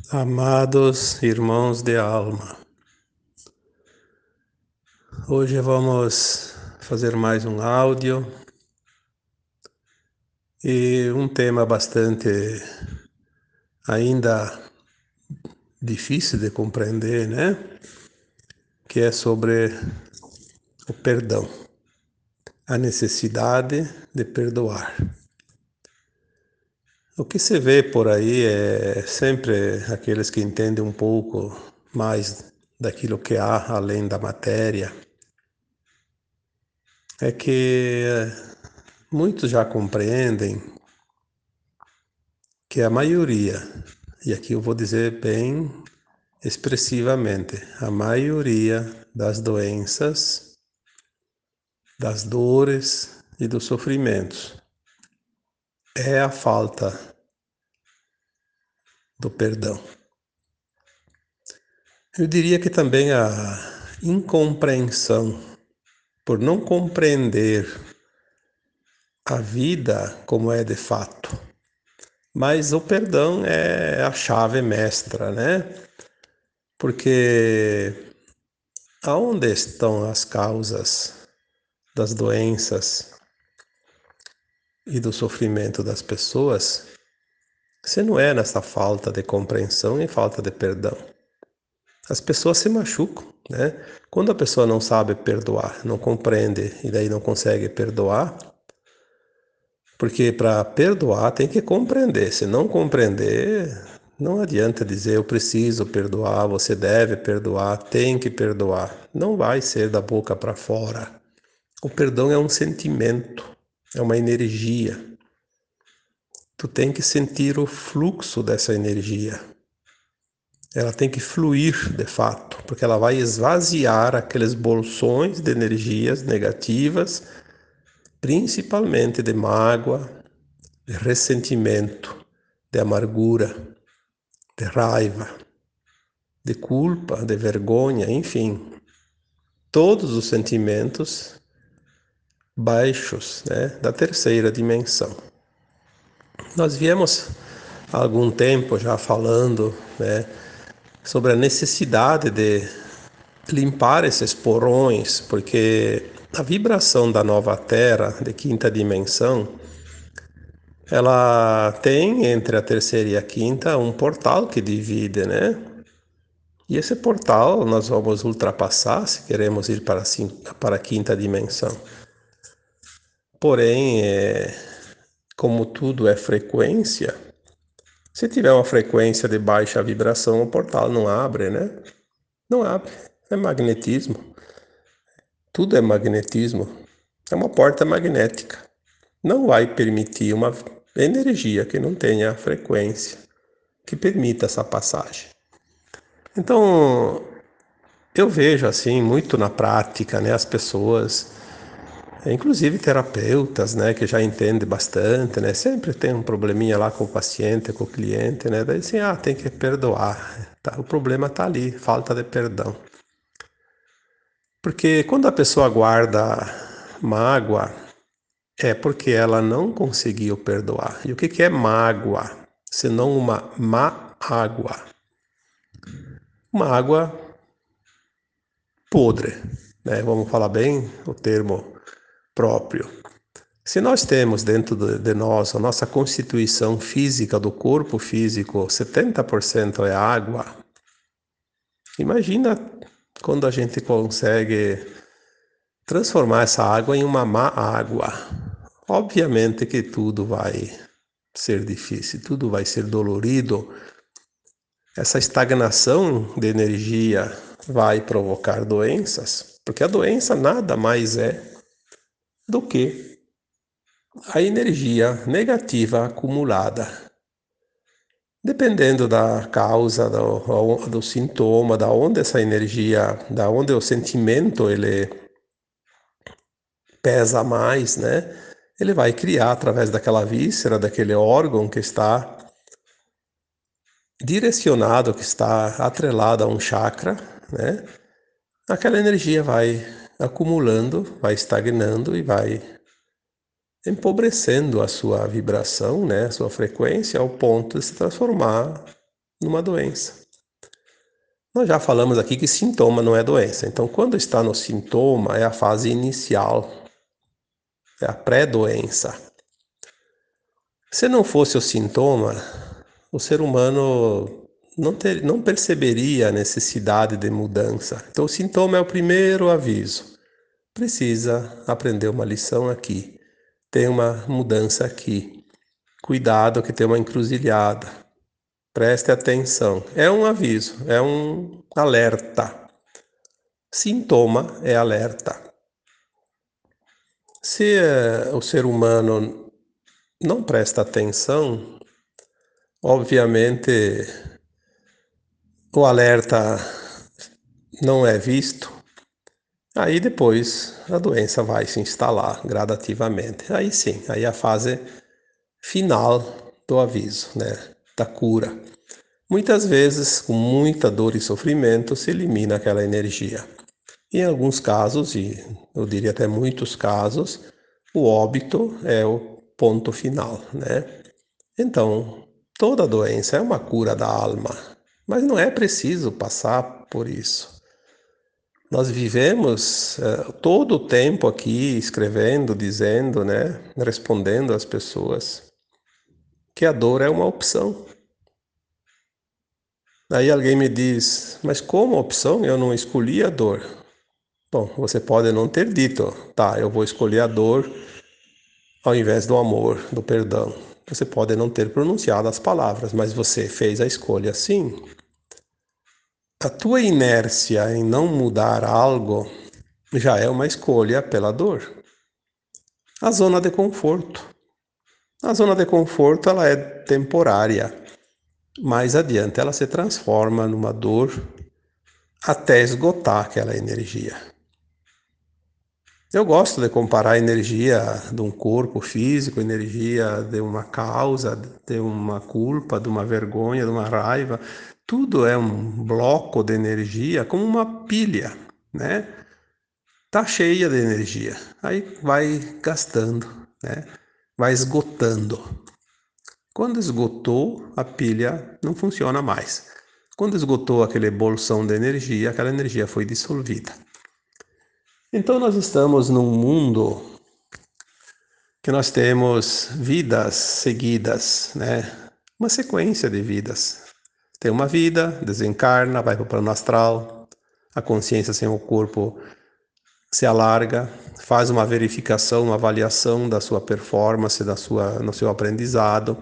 Amados irmãos de alma, hoje vamos fazer mais um áudio e um tema bastante ainda difícil de compreender, né? Que é sobre o perdão, a necessidade de perdoar. O que se vê por aí é sempre aqueles que entendem um pouco mais daquilo que há além da matéria, é que muitos já compreendem que a maioria, e aqui eu vou dizer bem expressivamente, a maioria das doenças, das dores e dos sofrimentos é a falta do perdão. Eu diria que também a incompreensão, por não compreender a vida como é de fato. Mas o perdão é a chave mestra, né? Porque aonde estão as causas das doenças e do sofrimento das pessoas, se não é nessa falta de compreensão e falta de perdão? As pessoas se machucam, né? Quando a pessoa não sabe perdoar, não compreende e daí não consegue perdoar, porque para perdoar tem que compreender. Se não compreender, não adianta dizer eu preciso perdoar, você deve perdoar, tem que perdoar. Não vai ser da boca para fora. O perdão é um sentimento, é uma energia. Tu tem que sentir o fluxo dessa energia. Ela tem que fluir de fato, porque ela vai esvaziar aqueles bolsões de energias negativas, principalmente de mágoa, de ressentimento, de amargura, de raiva, de culpa, de vergonha, enfim, todos os sentimentos baixos, né, da terceira dimensão. Nós viemos há algum tempo já falando, né, sobre a necessidade de limpar esses porões, porque a vibração da nova Terra, de quinta dimensão, ela tem entre a terceira e a quinta um portal que divide, né? E esse portal nós vamos ultrapassar se queremos ir para a quinta dimensão. Porém, como tudo é frequência, se tiver uma frequência de baixa vibração, o portal não abre, né? Não abre. É magnetismo. Tudo é magnetismo. É uma porta magnética. Não vai permitir uma energia que não tenha frequência que permita essa passagem. Então, eu vejo assim muito na prática, né, as pessoas, inclusive terapeutas, né, que já entendem bastante, né, sempre tem um probleminha lá com o paciente, com o cliente, né, daí assim, tem que perdoar, tá? O problema tá ali, falta de perdão. Porque quando a pessoa guarda mágoa, é porque ela não conseguiu perdoar. E o que é mágoa? Senão uma má água. Uma água podre, né? Vamos falar bem o termo próprio. Se nós temos dentro de nós a nossa constituição física do corpo físico, 70% é água, imagina quando a gente consegue transformar essa água em uma má água. Obviamente que tudo vai ser difícil, tudo vai ser dolorido. Essa estagnação de energia vai provocar doenças, porque a doença nada mais é do que a energia negativa acumulada. Dependendo da causa, do sintoma, da onde essa energia, da onde o sentimento ele pesa mais, né? Ele vai criar através daquela víscera, daquele órgão que está direcionado, que está atrelado a um chakra, né? Aquela energia vai acumulando, vai estagnando e vai empobrecendo a sua vibração, né? A sua frequência, ao ponto de se transformar numa doença. Nós já falamos aqui que sintoma não é doença. Então, quando está no sintoma, é a fase inicial, é a pré-doença. Se não fosse o sintoma, o ser humano não perceberia a necessidade de mudança. Então, o sintoma é o primeiro aviso. Precisa aprender uma lição aqui. Tem uma mudança aqui. Cuidado que tem uma encruzilhada. Preste atenção. É um aviso, é um alerta. Sintoma é alerta. Se o ser humano não presta atenção, obviamente o alerta não é visto, aí depois a doença vai se instalar gradativamente. Aí sim, aí é a fase final do aviso, né, da cura. Muitas vezes, com muita dor e sofrimento, se elimina aquela energia. Em alguns casos, e eu diria até muitos casos, o óbito é o ponto final, né? Então, toda doença é uma cura da alma, mas não é preciso passar por isso. Nós vivemos todo o tempo aqui escrevendo, dizendo, né, respondendo às pessoas que a dor é uma opção. Aí alguém me diz, mas como opção? Eu não escolhi a dor. Bom, você pode não ter dito, tá, eu vou escolher a dor ao invés do amor, do perdão. Você pode não ter pronunciado as palavras, mas você fez a escolha sim. A tua inércia em não mudar algo já é uma escolha pela dor. A zona de conforto. A zona de conforto ela é temporária. Mais adiante ela se transforma numa dor até esgotar aquela energia. Eu gosto de comparar a energia de um corpo físico, energia de uma causa, de uma culpa, de uma vergonha, de uma raiva. Tudo é um bloco de energia, como uma pilha, né? Tá cheia de energia. Aí vai gastando, né? Vai esgotando. Quando esgotou, a pilha não funciona mais. Quando esgotou aquele bolsão de energia, aquela energia foi dissolvida. Então nós estamos num mundo que nós temos vidas seguidas, né? Uma sequência de vidas. Tem uma vida, desencarna, vai para o plano astral, a consciência sem o corpo se alarga, faz uma verificação, uma avaliação da sua performance, no seu aprendizado.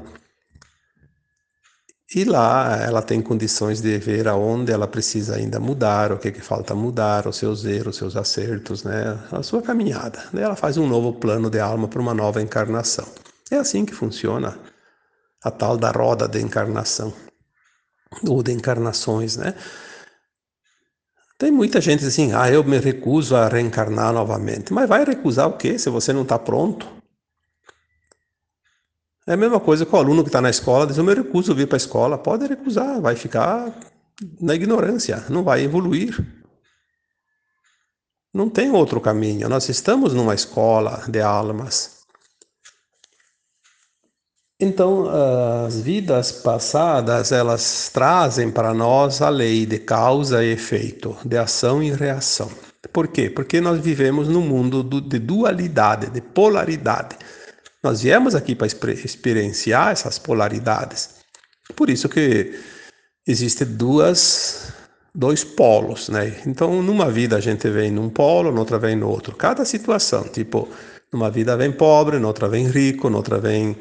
E lá ela tem condições de ver aonde ela precisa ainda mudar, o que falta mudar, os seus erros, os seus acertos, né? A sua caminhada. Daí ela faz um novo plano de alma para uma nova encarnação. É assim que funciona a tal da roda de encarnação, ou de encarnações, né? Tem muita gente assim, eu me recuso a reencarnar novamente. Mas vai recusar o quê se você não está pronto? É a mesma coisa que o aluno que está na escola diz, eu me recuso a vir para a escola. Pode recusar, vai ficar na ignorância, não vai evoluir. Não tem outro caminho. Nós estamos numa escola de almas. Então, as vidas passadas, elas trazem para nós a lei de causa e efeito, de ação e reação. Por quê? Porque nós vivemos num mundo de dualidade, de polaridade. Nós viemos aqui para experienciar essas polaridades. Por isso que existem dois polos, né? Então, numa vida a gente vem num polo, noutra vem no outro. Cada situação, tipo, numa vida vem pobre, noutra vem rico, noutra vem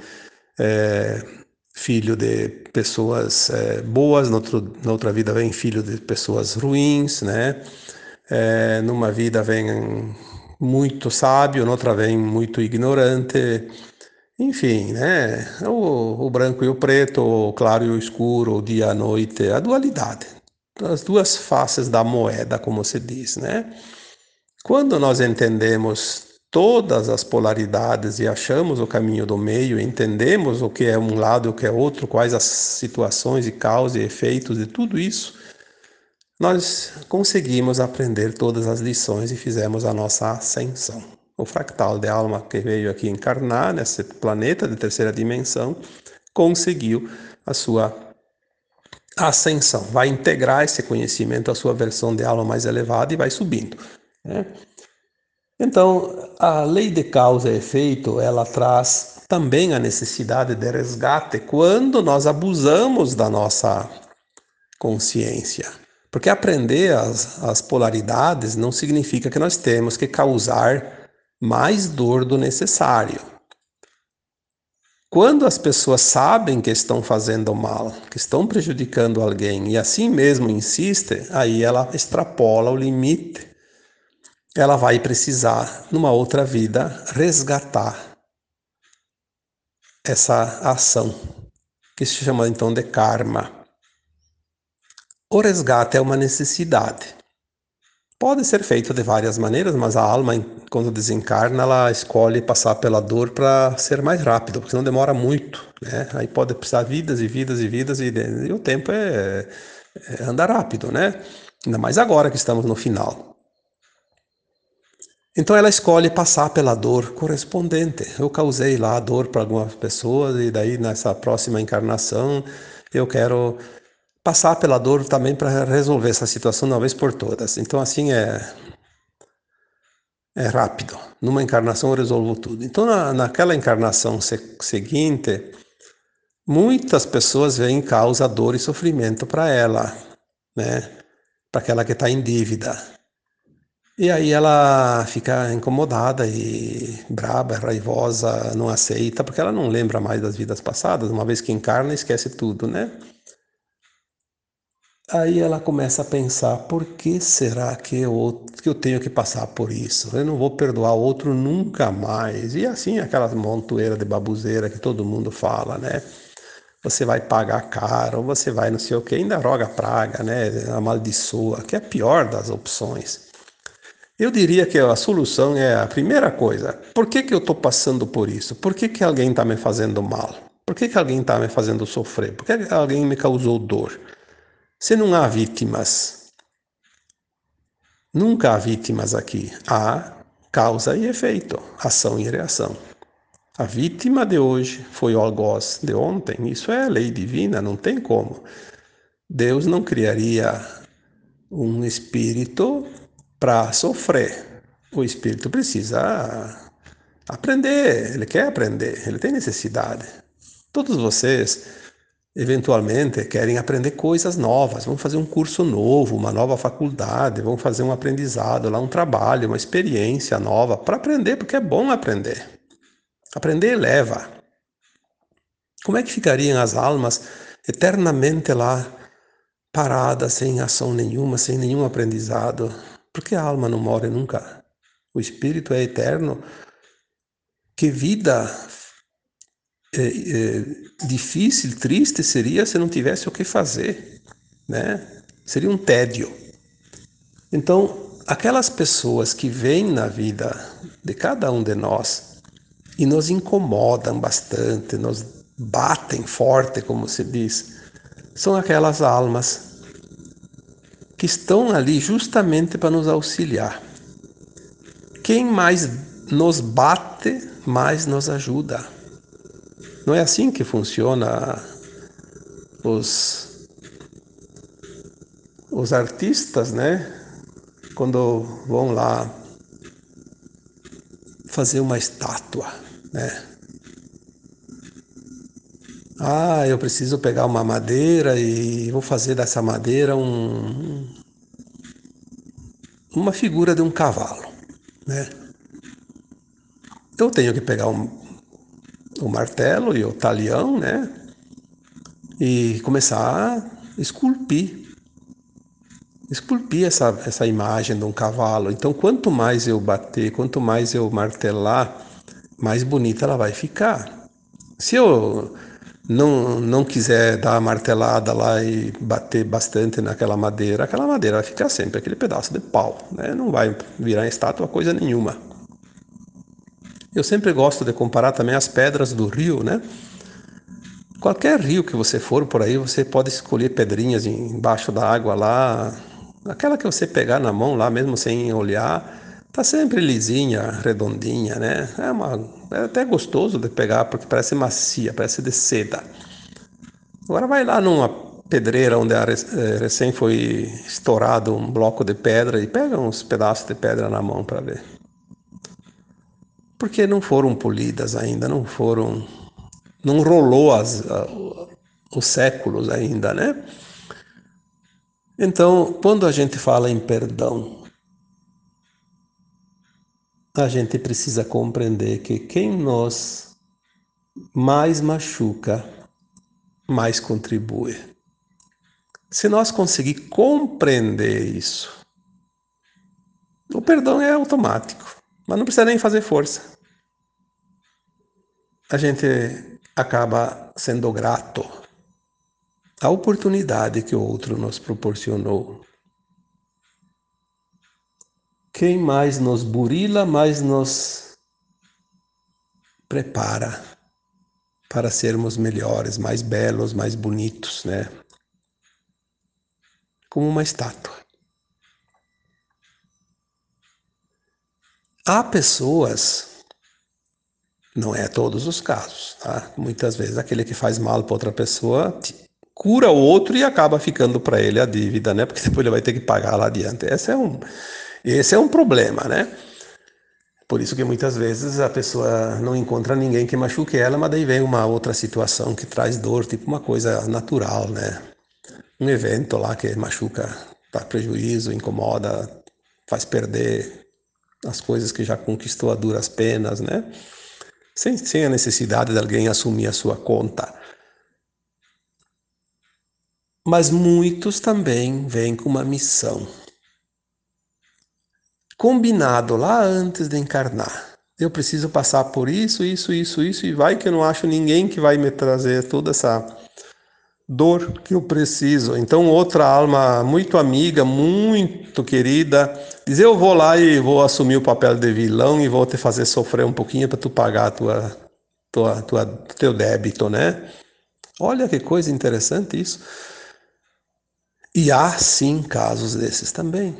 filho de pessoas boas, noutra vida vem filho de pessoas ruins, né? Numa vida vem muito sábio, noutra vem muito ignorante. Enfim, né? O branco e o preto, o claro e o escuro, o dia e a noite, a dualidade. As duas faces da moeda, como se diz, né? Quando nós entendemos todas as polaridades e achamos o caminho do meio, entendemos o que é um lado e o que é outro, quais as situações e causas e efeitos de tudo isso, nós conseguimos aprender todas as lições e fizemos a nossa ascensão. O fractal de alma que veio aqui encarnar nesse planeta de terceira dimensão conseguiu a sua a ascensão, vai integrar esse conhecimento à sua versão de alma mais elevada e vai subindo, né? Então, a lei de causa e efeito, ela traz também a necessidade de resgate quando nós abusamos da nossa consciência. Porque aprender as polaridades não significa que nós temos que causar mais dor do necessário. Quando as pessoas sabem que estão fazendo mal, que estão prejudicando alguém e assim mesmo insistem, aí ela extrapola o limite. Ela vai precisar, numa outra vida, resgatar essa ação, que se chama então de karma. O resgate é uma necessidade. Pode ser feito de várias maneiras, mas a alma, quando desencarna, ela escolhe passar pela dor para ser mais rápido, porque senão demora muito, né? Aí pode precisar vidas e vidas e vidas, e o tempo anda rápido, né? Ainda mais agora que estamos no final. Então ela escolhe passar pela dor correspondente. Eu causei lá a dor para algumas pessoas, e daí nessa próxima encarnação eu quero passar pela dor também para resolver essa situação de uma vez por todas. Então assim é rápido. Numa encarnação eu resolvo tudo. Então naquela encarnação seguinte, muitas pessoas veem causa dor e sofrimento para ela, né? Para aquela que está em dívida. E aí ela fica incomodada e braba, raivosa, não aceita, porque ela não lembra mais das vidas passadas. Uma vez que encarna, esquece tudo, né? Aí ela começa a pensar, por que será que eu tenho que passar por isso? Eu não vou perdoar o outro nunca mais. E assim, aquela montoeira de babuzeira que todo mundo fala, né? Você vai pagar caro, ou você vai não sei o que, ainda roga praga, né? Amaldiçoa, que é a pior das opções. Eu diria que a solução é a primeira coisa. Por que eu estou passando por isso? Por que alguém está me fazendo mal? Por que alguém está me fazendo sofrer? Por que alguém me causou dor? Se não há vítimas, nunca há vítimas aqui. Há causa e efeito, ação e reação. A vítima de hoje foi o algoz de ontem. Isso é lei divina, não tem como. Deus não criaria um espírito para sofrer. O espírito precisa aprender, ele quer aprender, ele tem necessidade. Todos vocês, eventualmente, querem aprender coisas novas, vão fazer um curso novo, uma nova faculdade, vão fazer um aprendizado lá, um trabalho, uma experiência nova, para aprender, porque é bom aprender. Aprender eleva. Como é que ficariam as almas eternamente lá, paradas, sem ação nenhuma, sem nenhum aprendizado? Porque a alma não morre nunca. O espírito é eterno. Que vida difícil, triste seria se não tivesse o que fazer, né? Seria um tédio. Então, aquelas pessoas que vêm na vida de cada um de nós e nos incomodam bastante, nos batem forte, como se diz, são aquelas almas que estão ali justamente para nos auxiliar. Quem mais nos bate, mais nos ajuda. Não é assim que funciona os, os artistas, né? Quando vão lá fazer uma estátua, né? Ah, eu preciso pegar uma madeira e vou fazer dessa madeira uma figura de um cavalo, né? Eu tenho que pegar o martelo e o talião, né? E começar a esculpir essa imagem de um cavalo. Então, quanto mais eu bater, quanto mais eu martelar, mais bonita ela vai ficar. Se eu não quiser dar a martelada lá e bater bastante aquela madeira vai ficar sempre aquele pedaço de pau, né? Não vai virar estátua coisa nenhuma. Eu sempre gosto de comparar também as pedras do rio, né? Qualquer rio que você for por aí, você pode escolher pedrinhas embaixo da água lá. Aquela que você pegar na mão lá, mesmo sem olhar, tá sempre lisinha, redondinha, né? É até gostoso de pegar, porque parece macia, parece de seda. Agora vai lá pedreira onde recém foi estourado um bloco de pedra e pega uns pedaços de pedra na mão para ver. Porque não foram polidas ainda, não rolou os séculos ainda, né? Então, quando a gente fala em perdão, a gente precisa compreender que quem nos mais machuca, mais contribui. Se nós conseguir compreender isso, o perdão é automático, mas não precisa nem fazer força. A gente acaba sendo grato à oportunidade que o outro nos proporcionou. Quem mais nos burila, mais nos prepara para sermos melhores, mais belos, mais bonitos, né? Como uma estátua. Há pessoas, não é todos os casos, tá? Muitas vezes aquele que faz mal para outra pessoa cura o outro e acaba ficando para ele a dívida, né? Porque depois ele vai ter que pagar lá adiante. Esse é um problema, né? Por isso que muitas vezes a pessoa não encontra ninguém que machuque ela, mas daí vem uma outra situação que traz dor, tipo uma coisa natural, né? Um evento lá que machuca, dá prejuízo, incomoda, faz perder as coisas que já conquistou a duras penas, né? Sem a necessidade de alguém assumir a sua conta. Mas muitos também vêm com uma missão. Combinado lá antes de encarnar. Eu preciso passar por isso, e vai que eu não acho ninguém que vai me trazer toda essa dor que eu preciso. Então outra alma muito amiga, muito querida, diz: eu vou lá e vou assumir o papel de vilão e vou te fazer sofrer um pouquinho para tu pagar teu débito, né? Olha que coisa interessante isso. E há sim casos desses também.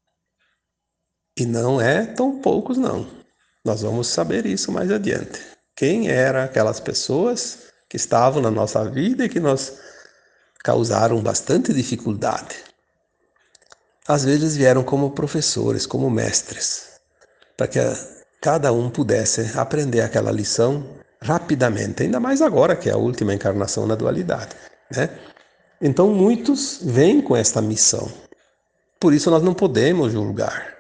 E não é tão poucos não. Nós vamos saber isso mais adiante. Quem eram aquelas pessoas que estavam na nossa vida e que nos causaram bastante dificuldade. Às vezes vieram como professores, como mestres, para que cada um pudesse aprender aquela lição rapidamente, ainda mais agora que é a última encarnação na dualidade, né? Então muitos vêm com esta missão. Por isso nós não podemos julgar.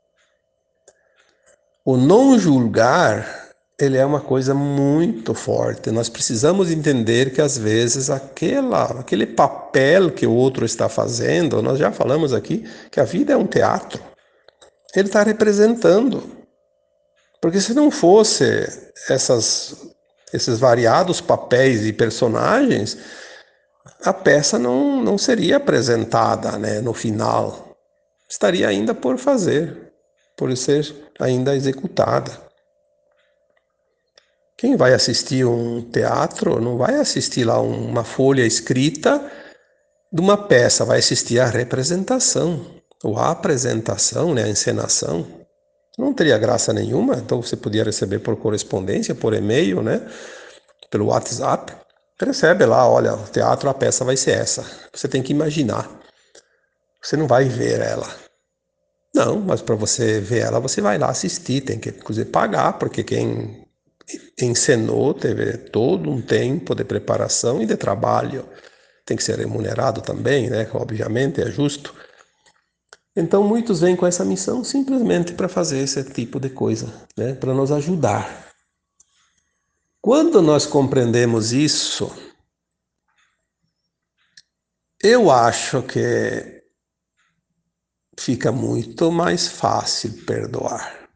O não julgar, ele é uma coisa muito forte. Nós precisamos entender que às vezes aquele papel que o outro está fazendo, nós já falamos aqui que a vida é um teatro. Ele está representando. Porque se não fosse esses variados papéis e personagens, a peça não seria apresentada, né, no final. Estaria ainda por fazer, por ser ainda executada. Quem vai assistir um teatro não vai assistir lá uma folha escrita de uma peça, vai assistir a representação, ou a apresentação, né, a encenação. Não teria graça nenhuma, então você podia receber por correspondência, por e-mail, né, pelo WhatsApp. Recebe lá, olha, o teatro, a peça vai ser essa. Você tem que imaginar. Você não vai ver ela. Não, mas para você ver ela, você vai lá assistir, tem que, inclusive, pagar, porque quem encenou teve todo um tempo de preparação e de trabalho. Tem que ser remunerado também, né? Obviamente, é justo. Então, muitos vêm com essa missão simplesmente para fazer esse tipo de coisa, né? Para nos ajudar. Quando nós compreendemos isso, eu acho que fica muito mais fácil perdoar.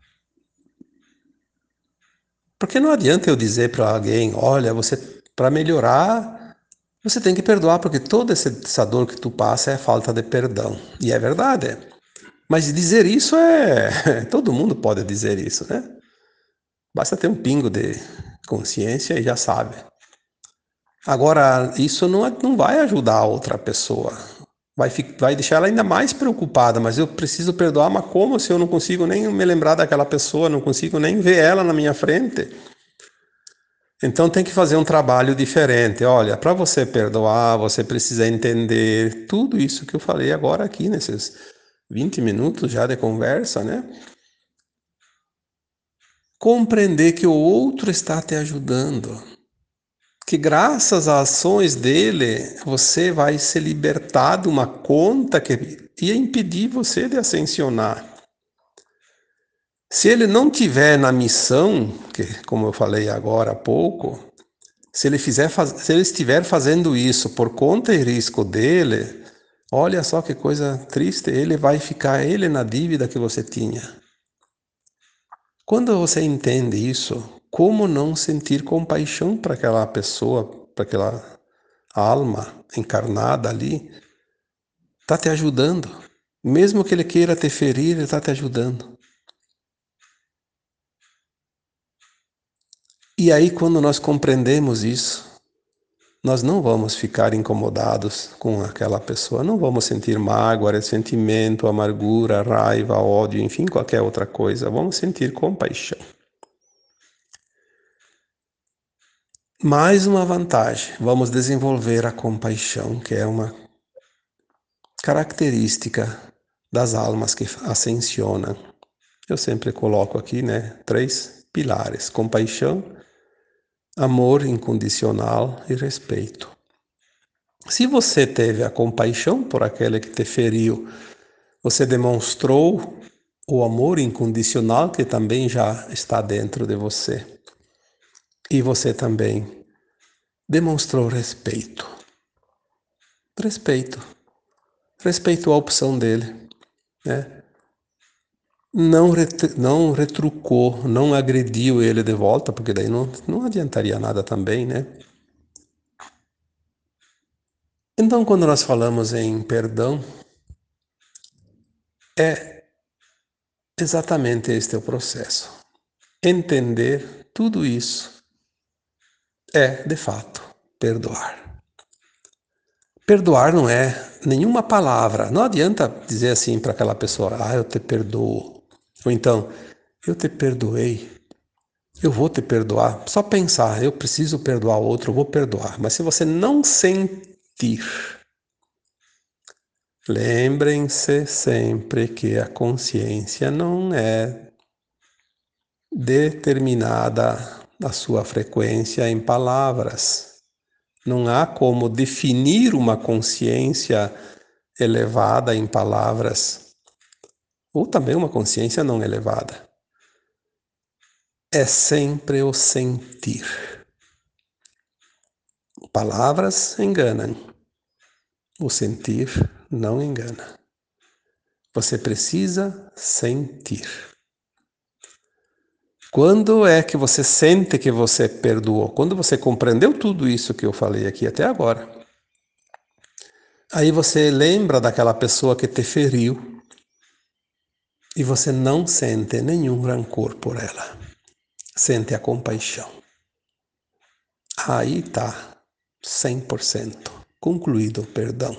Porque não adianta eu dizer para alguém, olha, você para melhorar, você tem que perdoar, porque toda essa dor que tu passa é falta de perdão. E é verdade. Mas dizer isso todo mundo pode dizer isso, né? Basta ter um pingo de consciência e já sabe. Agora, isso não vai ajudar a outra pessoa. Vai deixar ela ainda mais preocupada, mas eu preciso perdoar, mas como se eu não consigo nem me lembrar daquela pessoa, não consigo nem ver ela na minha frente? Então tem que fazer um trabalho diferente. Olha, para você perdoar, você precisa entender tudo isso que eu falei agora aqui nesses 20 minutos já de conversa, né? Compreender que o outro está te ajudando, que graças às ações dele, você vai se libertar de uma conta que ia impedir você de ascensionar. Se ele não tiver na missão, que como eu falei agora há pouco, se ele estiver fazendo isso por conta e risco dele, olha só que coisa triste, ele vai ficar ele na dívida que você tinha. Quando você entende isso, como não sentir compaixão para aquela pessoa, para aquela alma encarnada ali? Está te ajudando. Mesmo que ele queira te ferir, ele está te ajudando. E aí, quando nós compreendemos isso, nós não vamos ficar incomodados com aquela pessoa, não vamos sentir mágoa, ressentimento, amargura, raiva, ódio, enfim, qualquer outra coisa. Vamos sentir compaixão. Mais uma vantagem, vamos desenvolver a compaixão, que é uma característica das almas que ascensionam. Eu sempre coloco aqui, né, 3 pilares: compaixão, amor incondicional e respeito. Se você teve a compaixão por aquele que te feriu, você demonstrou o amor incondicional que também já está dentro de você. E você também demonstrou respeito. Respeito. Respeitou a opção dele, né? Não retrucou, não agrediu ele de volta, porque daí não adiantaria nada também, né? Então, quando nós falamos em perdão, é exatamente este o processo. Entender tudo isso é, de fato, perdoar. Perdoar não é nenhuma palavra. Não adianta dizer assim para aquela pessoa: ah, eu te perdoo. Ou então, eu te perdoei. Eu vou te perdoar. Só pensar, eu preciso perdoar o outro, eu vou perdoar. Mas se você não sentir, lembrem-se sempre que a consciência não é determinada a sua frequência em palavras. Não há como definir uma consciência elevada em palavras, ou também uma consciência não elevada. É sempre o sentir. Palavras enganam, o sentir não engana. Você precisa sentir. Quando é que você sente que você perdoou? Quando você compreendeu tudo isso que eu falei aqui até agora. Aí você lembra daquela pessoa que te feriu e você não sente nenhum rancor por ela. Sente a compaixão. Aí está 100% concluído o perdão.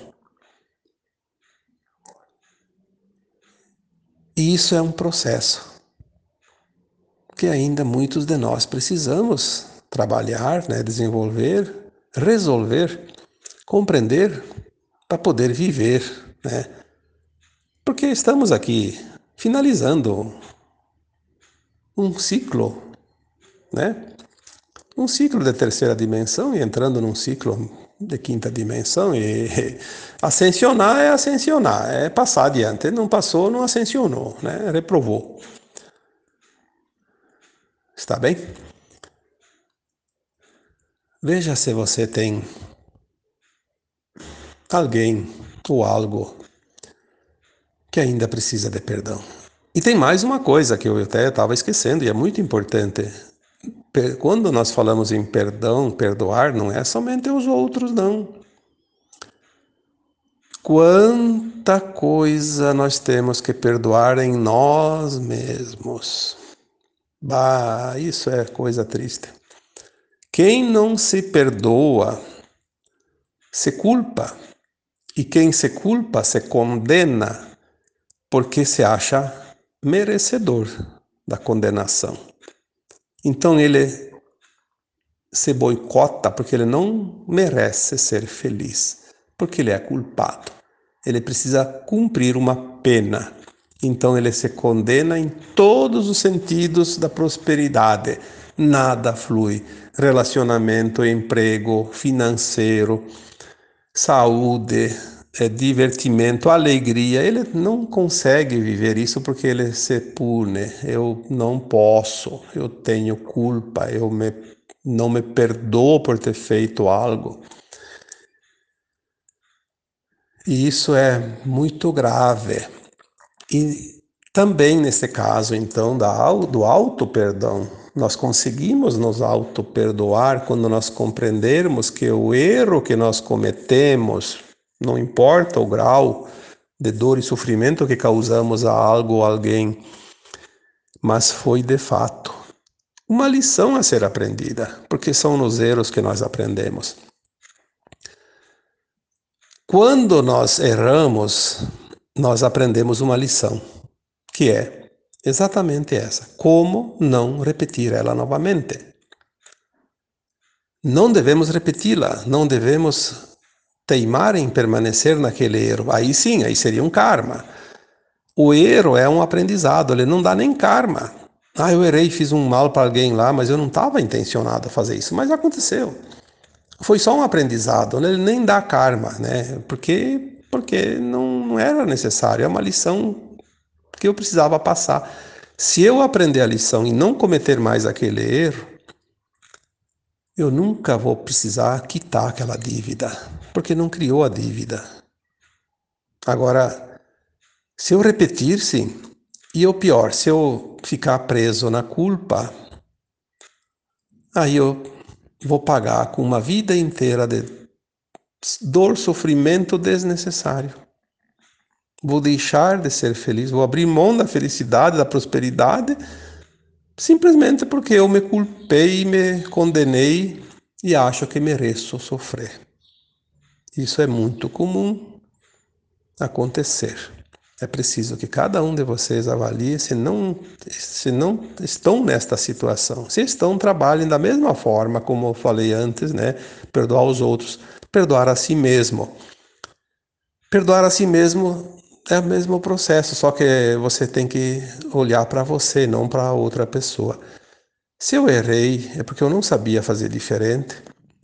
E isso é um processo que ainda muitos de nós precisamos trabalhar, né, desenvolver, resolver, compreender para poder viver, né? Porque estamos aqui finalizando um ciclo, né? Um ciclo de terceira dimensão e entrando num ciclo de quinta dimensão e ascensionar é ascensionar, é passar adiante. Não passou, não ascensionou, né? Reprovou. Está bem? Veja se você tem alguém ou algo que ainda precisa de perdão. E tem mais uma coisa que eu até estava esquecendo e é muito importante. Quando nós falamos em perdão, perdoar, não é somente os outros, não. Quanta coisa nós temos que perdoar em nós mesmos. Bah, isso é coisa triste. Quem não se perdoa, se culpa. E quem se culpa, se condena, porque se acha merecedor da condenação. Então ele se boicota porque ele não merece ser feliz, porque ele é culpado. Ele precisa cumprir uma pena. Então ele se condena em todos os sentidos da prosperidade. Nada flui. Relacionamento, emprego, financeiro, saúde, divertimento, alegria. Ele não consegue viver isso porque ele se pune. Eu não posso, eu tenho culpa, não me perdoo por ter feito algo. E isso é muito grave. E também nesse caso, então, do auto-perdão, nós conseguimos nos auto-perdoar quando nós compreendermos que o erro que nós cometemos, não importa o grau de dor e sofrimento que causamos a algo ou alguém, mas foi de fato uma lição a ser aprendida, porque são nos erros que nós aprendemos. Quando nós erramos, nós aprendemos uma lição, que é exatamente essa: como não repetir ela novamente. Não devemos repeti-la, não devemos teimar em permanecer naquele erro. Aí sim, aí seria um karma. O erro é um aprendizado, ele não dá nem karma. Ah, eu errei, fiz um mal para alguém lá, mas eu não estava intencionado a fazer isso, mas aconteceu. Foi só um aprendizado, ele nem dá karma, né? Porque não era necessário, é uma lição que eu precisava passar. Se eu aprender a lição e não cometer mais aquele erro, eu nunca vou precisar quitar aquela dívida, porque não criou a dívida. Agora, se eu repetir, sim, e o pior, se eu ficar preso na culpa, aí eu vou pagar com uma vida inteira de dor, sofrimento desnecessário. Vou deixar de ser feliz, vou abrir mão da felicidade, da prosperidade, simplesmente porque eu me culpei, me condenei e acho que mereço sofrer. Isso é muito comum acontecer. É preciso que cada um de vocês avalie se não estão nesta situação. Se estão, trabalhem da mesma forma, como eu falei antes, né? Perdoar os outros, perdoar a si mesmo. Perdoar a si mesmo é o mesmo processo, só que você tem que olhar para você, não para outra pessoa. Se eu errei, é porque eu não sabia fazer diferente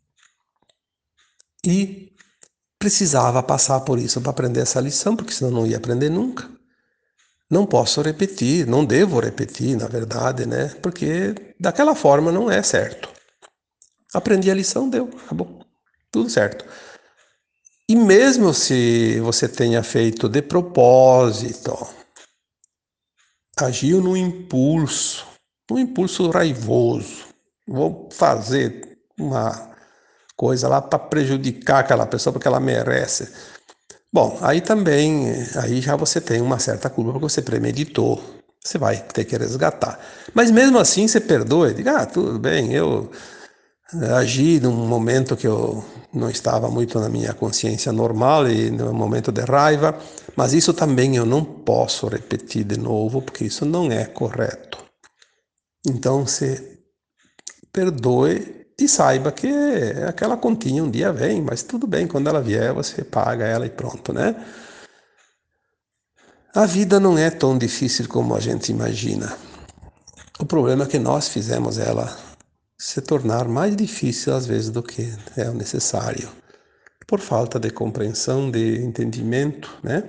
e precisava passar por isso para aprender essa lição, porque senão não ia aprender nunca. Não posso repetir, não devo repetir, na verdade, né? Porque daquela forma não é certo. Aprendi a lição, deu, acabou. Tudo certo. E mesmo se você tenha feito de propósito, agiu num impulso raivoso, vou fazer uma coisa lá para prejudicar aquela pessoa porque ela merece. Bom, aí também, aí já você tem uma certa culpa porque você premeditou. Você vai ter que resgatar. Mas mesmo assim, você perdoa e diga, tudo bem, eu agi num momento que eu não estava muito na minha consciência normal e num momento de raiva, mas isso também eu não posso repetir de novo, porque isso não é correto. Então, você perdoe e saiba que aquela continha um dia vem, mas tudo bem, quando ela vier, você paga ela e pronto, né? A vida não é tão difícil como a gente imagina. O problema é que nós fizemos ela se tornar mais difícil às vezes do que é o necessário, por falta de compreensão, de entendimento, né?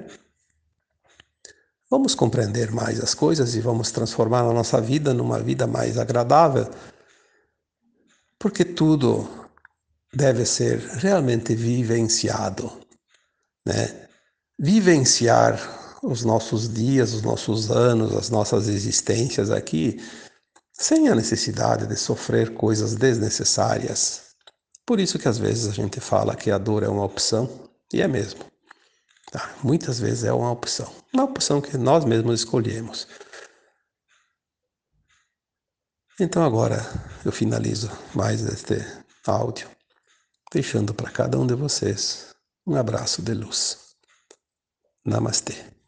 Vamos compreender mais as coisas e vamos transformar a nossa vida numa vida mais agradável, porque tudo deve ser realmente vivenciado, né? Vivenciar os nossos dias, os nossos anos, as nossas existências aqui, sem a necessidade de sofrer coisas desnecessárias. Por isso que às vezes a gente fala que a dor é uma opção, e é mesmo. Tá? Muitas vezes é uma opção que nós mesmos escolhemos. Então agora eu finalizo mais este áudio, deixando para cada um de vocês um abraço de luz. Namastê.